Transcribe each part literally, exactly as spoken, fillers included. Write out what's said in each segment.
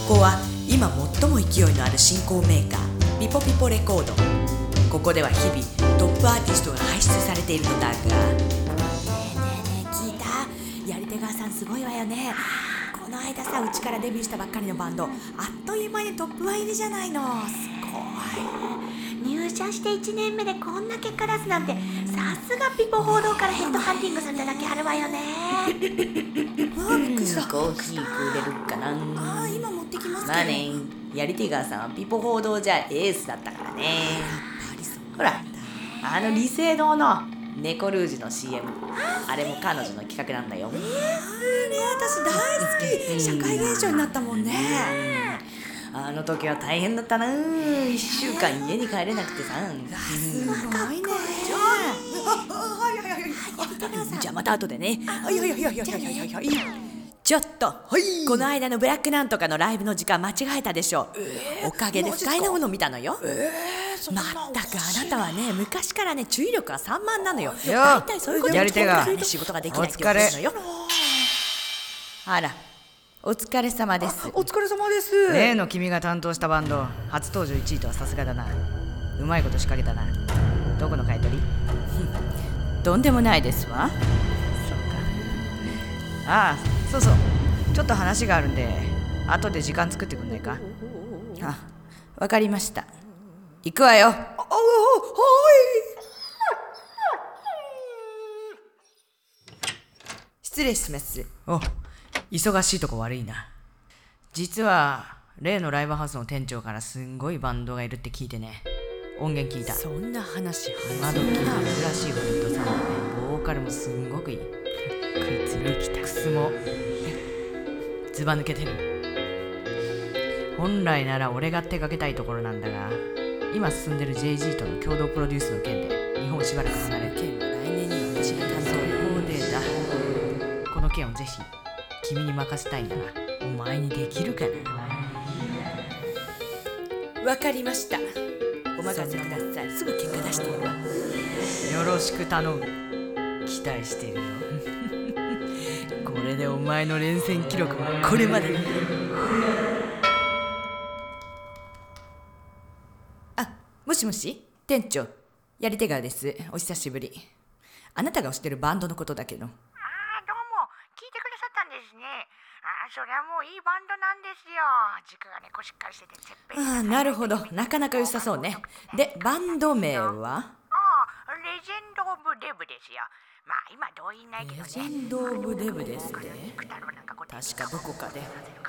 こは今最も勢いのある新興メーカーピポピポレコード。ここでは日々トップアーティストが輩出されているのだが、ねえねえねえ聞いた？やり手川さんすごいわよね。この間さ、うちからデビューしたばっかりのバンド、あっという間にトップワン入りじゃないの。すごい。 入社していちねんめでこんな結果出すなんて、さすがピポ報道からヘッドハンティングされただけあるわよね。 あ、びっくりした。 コーヒーくれるかな。 ああ、今持ってきますけど。 まあね、やり手川さんはピポ報道じゃエースだったからね。ほら、あの理性堂の猫ルージュの シーエム、 あれも彼女の企画なんだよ。 えー、あれ私大好き。社会現象になったもんね。 あの時は大変だったな。いっしゅうかん家に帰れなくてさ。 すごいね。じゃあまた後でね。はいはいはいはいはいはいはい。ちょっと、はい、この間のブラックなんとかのライブの時間間違えたでしょ、えー、おかげで不快なもの見たのよ。えー、まったくあなたはね、昔からね、注意力が散漫なのよ。大体そういうことを聞いてからね、仕事ができないって言ってるのよ。 あら、お疲れ様です。 お疲れ様です。 例の君が担当したバンド、初登場いちいとはさすがだな。うまいこと仕掛けたな。どこの買い取り？ とんでもないですわ。そうか。ああ、そうそう、ちょっと話があるんで後で時間作ってくんないか？ あ、わかりました。行くわよ。あ、はい。失礼します。 お、忙しいとこ悪いな。実は例のライブハウスの店長からすんごいバンドがいるって聞いてね、音源聞いた。 そんな話今時珍しいホイットサウンドでボーカルもすんごくいい。こいつルキタクスもずば抜けてる。本来なら俺が手掛けたいところなんだが、今進んでる ジェイジー との共同プロデュースの件で日本をしばらく離れる。 件は来年には私が担当。 そうでだ。この件をぜひ君に任せたいんだが、お前にできるかな？ わかりました。お任せください。すぐ結果出してやるわ。 よろしく頼む。期待してるよ。これでお前の連戦記録はこれまで。 あ、もしもし、店長、やり手川です。お久しぶり。あなたが推してるバンドのことだけど。 ああ、どうも聞いてくださったんですね。ああ、そりゃもういいバンドなんですよ。軸がね、こうしっかりしてて、てっぺん。 ああ、なるほど。なかなか良さそうね。で、バンド名は？ ああ、レジェンド・オブ・デブですよ。まあ今動員ないけどね。 レジェンド・オブ・デブですね。確かどこかで。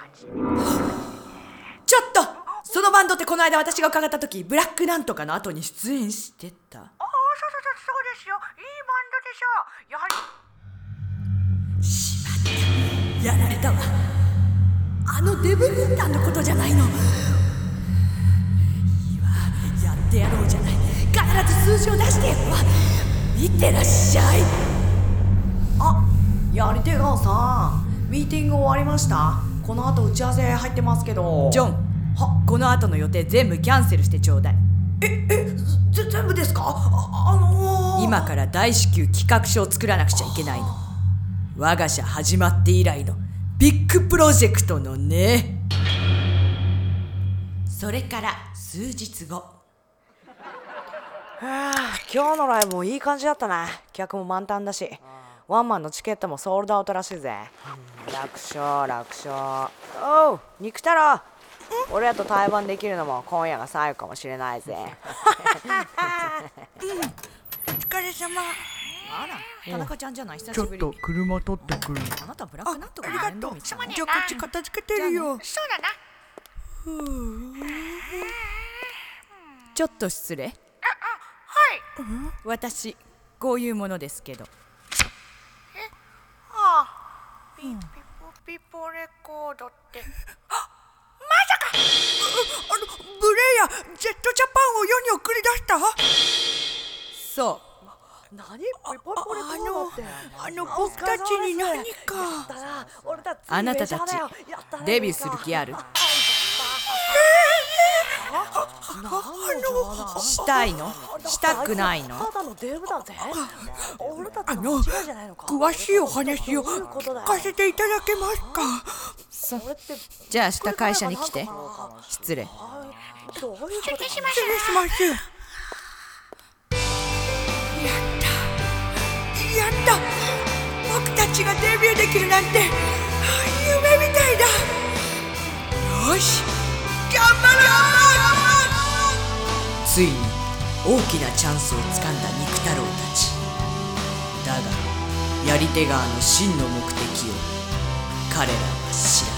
ちょっと、そのバンドってこの間私が伺った時、ブラックなんとかの後に出演してた。ああ、 そうそうそうそうですよ。いいバンドでしょう。やはり。 しまった。やられたわ。あのデブ軍団のことじゃないの。いいわ、やってやろうじゃない。必ず数字を出してやるわ。いってらっしゃい。あ、やり手川さん、ミーティング終わりました？この後打ち合わせ入ってますけど。ジョン、は、この後の予定全部キャンセルしてちょうだい。え、え、ぜ全部ですか？あ、あのー、今から大至急企画書を作らなくちゃいけないの。我が社始まって以来のビッグプロジェクトのね。それから数日後。 はあ、今日のライブもいい感じだったな。客も満タンだし、ワンマンのチケットもソールドアウトらしいぜ。楽勝楽勝。おう、肉太郎、俺らと対バンできるのも今夜が最後かもしれないぜ。 お疲れ様。あら、田中ちゃんじゃない、久しぶり。 ちょっと車取ってくる。 あなたブラックナットが面倒見ちゃうね。 じゃあこっち片付けてるよ。 そうだな。 ちょっと失礼。 はい。 私こういうものですけど。 ああ、ピピポピポレコードって。まさか。 あのブレイヤージェットジャパンを世に送り出した？ そう。 何？ピポポレコードって。あの僕たちに何か。 あなたたちデビューする気ある？したいの？したくないの？ ただのデブだぜ。 あの詳しいお話を聞かせていただけますか？ そうじゃあ明日会社に来て。失礼。 どういうこと？ 失礼します。 失礼しますやったやった僕たちがデビューできるなんて夢みたいだ。よし頑張ろう。 ついに大きなチャンスをつかんだ肉太郎たちだが、やり手側の真の目的を彼らは知らない。